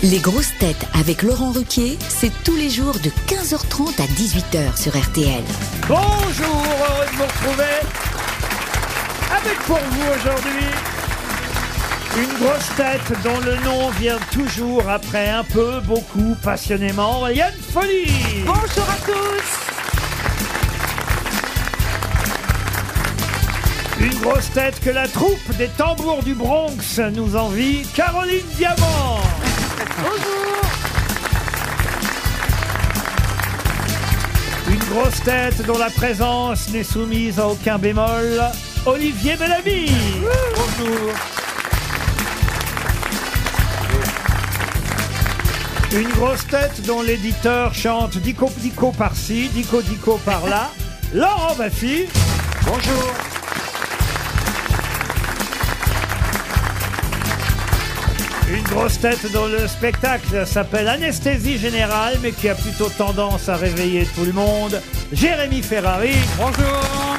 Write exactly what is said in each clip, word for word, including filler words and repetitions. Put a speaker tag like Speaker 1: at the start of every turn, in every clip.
Speaker 1: Les grosses têtes avec Laurent Ruquier, c'est tous les jours de quinze heures trente à dix-huit heures sur R T L.
Speaker 2: Bonjour, heureux de vous retrouver avec pour vous aujourd'hui une grosse tête dont le nom vient toujours après un peu, beaucoup, passionnément, Yann Folly.
Speaker 3: Bonjour à tous.
Speaker 2: Une grosse tête que la troupe des tambours du Bronx nous envie, Caroline Diamant.
Speaker 3: Bonjour.
Speaker 2: Une grosse tête dont la présence n'est soumise à aucun bémol, Olivier Bellamy. Bonjour. Une grosse tête dont l'éditeur chante dico dico par-ci, dico dico par-là, Laurent Baffy. Bonjour. Une grosse tête dont le spectacle s'appelle Anesthésie Générale, mais qui a plutôt tendance à réveiller tout le monde, Jérémy Ferrari. Bonjour.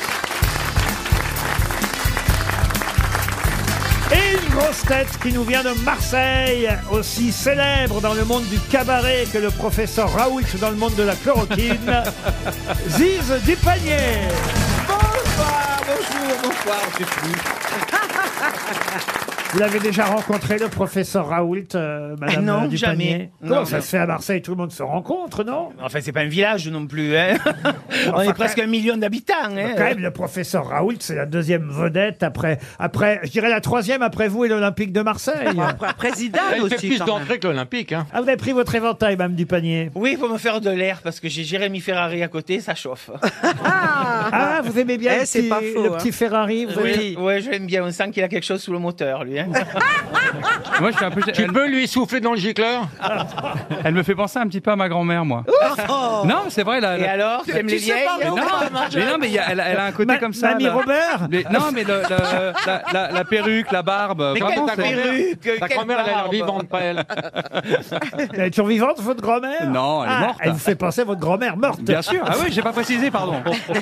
Speaker 2: Et une grosse tête qui nous vient de Marseille, aussi célèbre dans le monde du cabaret que le professeur Raoult dans le monde de la chloroquine, Ziz Dupanier.
Speaker 3: Bonsoir, bonjour, bonsoir, je sais plus.
Speaker 2: Vous l'avez déjà rencontré, le professeur Raoult, euh, madame
Speaker 4: Non,
Speaker 2: Dupanier?
Speaker 4: jamais.
Speaker 2: Comment
Speaker 4: Non,
Speaker 2: ça
Speaker 4: non.
Speaker 2: se fait à Marseille? Tout le monde se rencontre, non?
Speaker 4: Enfin, c'est pas un village non plus, hein. On
Speaker 2: Enfin,
Speaker 4: est presque un million d'habitants, hein.
Speaker 2: Quand même, le professeur Raoult, c'est la deuxième vedette après, après, je dirais la troisième après vous et l'Olympique de Marseille.
Speaker 3: Après, président
Speaker 5: Il fait
Speaker 3: aussi,
Speaker 5: plus
Speaker 3: quand même.
Speaker 5: d'entrées que l'Olympique. Hein.
Speaker 2: Ah, vous avez pris votre éventail, madame Dupanier.
Speaker 4: Oui, faut me faire de l'air parce que j'ai Jérémy Ferrari à côté, ça chauffe.
Speaker 2: Ah, vous aimez bien
Speaker 3: Eh,
Speaker 2: le,
Speaker 3: c'est
Speaker 2: petit,
Speaker 3: pas faux,
Speaker 2: le
Speaker 3: hein.
Speaker 2: petit Ferrari vous avez-
Speaker 4: Oui, ouais, j'aime bien. On sent qu'il a quelque chose sous le moteur, lui. Hein.
Speaker 6: Moi, je suis un peu.
Speaker 5: Tu
Speaker 6: Elle,
Speaker 5: peux lui souffler dans le gicleur?
Speaker 6: elle me fait penser un petit peu à ma grand-mère, moi. Non, mais c'est vrai. La,
Speaker 4: Et
Speaker 6: la-
Speaker 4: alors, tu aimes les
Speaker 3: sais
Speaker 4: vieilles
Speaker 3: pas,
Speaker 6: mais
Speaker 3: non,
Speaker 6: non, mais non, mais il y a- elle, a- elle a un côté
Speaker 2: Ma-
Speaker 6: comme ça.
Speaker 2: Mamie
Speaker 6: là.
Speaker 2: Robert.
Speaker 6: Mais- non, mais le- le- la, la- la perruque, la barbe.
Speaker 4: Mais
Speaker 6: vraiment,
Speaker 4: quelle
Speaker 6: c'est-
Speaker 4: perruque,
Speaker 5: Ta
Speaker 4: quelle
Speaker 5: grand-mère, elle a l'air
Speaker 4: barbe.
Speaker 5: vivante, pas elle.
Speaker 2: Elle est toujours vivante, votre grand-mère?
Speaker 6: Non, elle est
Speaker 2: Ah,
Speaker 6: morte.
Speaker 2: Elle vous fait penser à votre grand-mère morte.
Speaker 6: Bien sûr. Ah oui, j'ai pas précisé, pardon.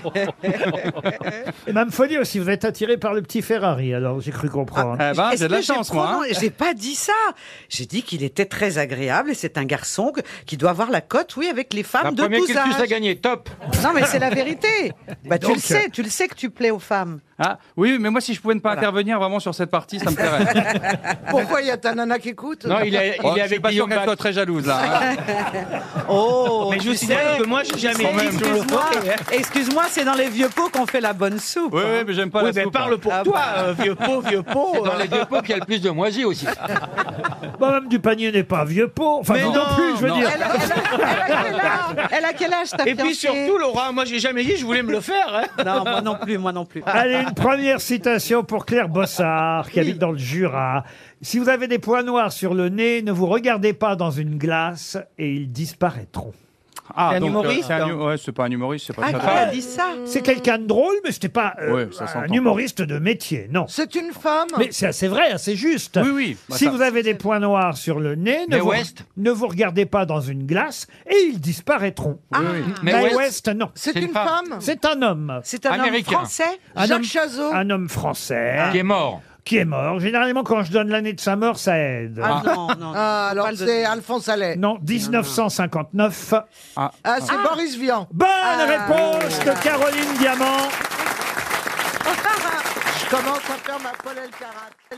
Speaker 2: Et Mme Folly aussi, vous êtes attirée par le petit Ferrari, alors j'ai cru comprendre.
Speaker 6: Eh ben,
Speaker 3: Est-ce
Speaker 6: j'ai de la
Speaker 3: que j'ai
Speaker 6: chance, moi.
Speaker 3: pronon-
Speaker 6: hein.
Speaker 3: J'ai pas dit ça. J'ai dit qu'il était très agréable et c'est un garçon que- qui doit avoir la cote, oui, avec les femmes
Speaker 5: La
Speaker 3: de
Speaker 5: première
Speaker 3: tous
Speaker 5: qu'il puisse a
Speaker 3: âges.
Speaker 5: gagné, top.
Speaker 3: Non, mais c'est la vérité. Bah, tu
Speaker 2: donc,
Speaker 3: le sais, tu le sais que tu plais aux femmes.
Speaker 6: Ah, oui, mais moi, si je pouvais ne pas intervenir vraiment sur cette partie, ça me plairait.
Speaker 3: Pourquoi il y a ta nana qui écoute?
Speaker 5: Non, il est, il
Speaker 6: Oh,
Speaker 5: est
Speaker 6: je suis
Speaker 5: avec
Speaker 6: pas sûr
Speaker 5: Guillaume
Speaker 6: qu'elle soit
Speaker 5: Bat.
Speaker 6: très jalouse, là. hein.
Speaker 3: Oh,
Speaker 4: Mais je vous
Speaker 3: tu
Speaker 4: signale
Speaker 3: sais,
Speaker 4: que moi, j'ai jamais
Speaker 3: Quand
Speaker 4: dit
Speaker 3: même.
Speaker 4: sur le
Speaker 3: Excuse-moi,
Speaker 4: côté. Hein.
Speaker 3: excuse-moi, c'est dans les vieux pots qu'on fait la bonne soupe.
Speaker 6: Oui,
Speaker 3: hein.
Speaker 6: oui, mais j'aime pas
Speaker 4: Oui,
Speaker 6: la
Speaker 4: mais
Speaker 6: soupe.
Speaker 4: parle
Speaker 6: hein.
Speaker 4: pour
Speaker 3: Ah
Speaker 4: toi,
Speaker 3: bah.
Speaker 4: euh, vieux pot, vieux pot.
Speaker 5: Dans les vieux pots qu'il y a le plus de moisis aussi.
Speaker 2: Bon, Mme Dupanier n'est pas vieux pot. Enfin,
Speaker 4: Mais
Speaker 2: non,
Speaker 4: non,
Speaker 2: plus, je veux
Speaker 6: non.
Speaker 2: dire.
Speaker 3: Elle, a- elle a, elle a quel âge Elle a quel âge ta
Speaker 4: Et puis
Speaker 3: fiancée
Speaker 4: surtout, Laurent, moi, j'ai jamais dit que je voulais me le faire. Hein.
Speaker 3: Non, moi non plus, moi non plus.
Speaker 2: Allez, une première citation pour Claire Bossard, qui habite dans le Jura. Si vous avez des points noirs sur le nez, ne vous regardez pas dans une glace et ils disparaîtront.
Speaker 6: Ah,
Speaker 4: C'est un
Speaker 6: donc, euh,
Speaker 4: humoriste,
Speaker 6: c'est un
Speaker 4: hein.
Speaker 6: hu- Ouais, c'est pas un humoriste, c'est pas
Speaker 3: Ah,
Speaker 6: ça.
Speaker 3: qui a dit ça
Speaker 2: C'est quelqu'un de drôle, mais c'était pas euh,
Speaker 6: Ouais, ça
Speaker 2: un
Speaker 6: s'entend.
Speaker 2: humoriste de métier, non.
Speaker 3: C'est une femme.
Speaker 2: Mais c'est c'est vrai, hein, c'est juste.
Speaker 6: Oui, oui. Bah,
Speaker 2: si
Speaker 6: ça-
Speaker 2: vous avez des points noirs sur le nez, ne
Speaker 5: Mais
Speaker 2: vous,
Speaker 5: West
Speaker 2: ne vous regardez pas dans une glace et ils disparaîtront.
Speaker 6: Oui, oui.
Speaker 5: Mais
Speaker 2: Mae
Speaker 5: West-
Speaker 2: West, non.
Speaker 3: C'est
Speaker 5: C'est
Speaker 3: une
Speaker 5: une femme.
Speaker 3: femme.
Speaker 2: C'est un homme.
Speaker 3: C'est un
Speaker 5: Américain.
Speaker 3: homme français.
Speaker 2: Un
Speaker 3: Jacques
Speaker 2: homme-
Speaker 3: Chazot.
Speaker 2: Un homme français
Speaker 5: Qui est mort.
Speaker 2: qui est mort. Généralement, quand je donne l'année de sa mort, ça aide.
Speaker 3: Ah non, non.
Speaker 7: Ah, alors
Speaker 3: Parle de-
Speaker 7: c'est Alphonse Allais.
Speaker 2: Non, dix-neuf cent cinquante-neuf.
Speaker 7: Ah, c'est Boris Vian.
Speaker 2: Bonne
Speaker 7: Ah.
Speaker 2: réponse de Caroline Diamant.
Speaker 7: Je commence à faire ma Paul Elkarat.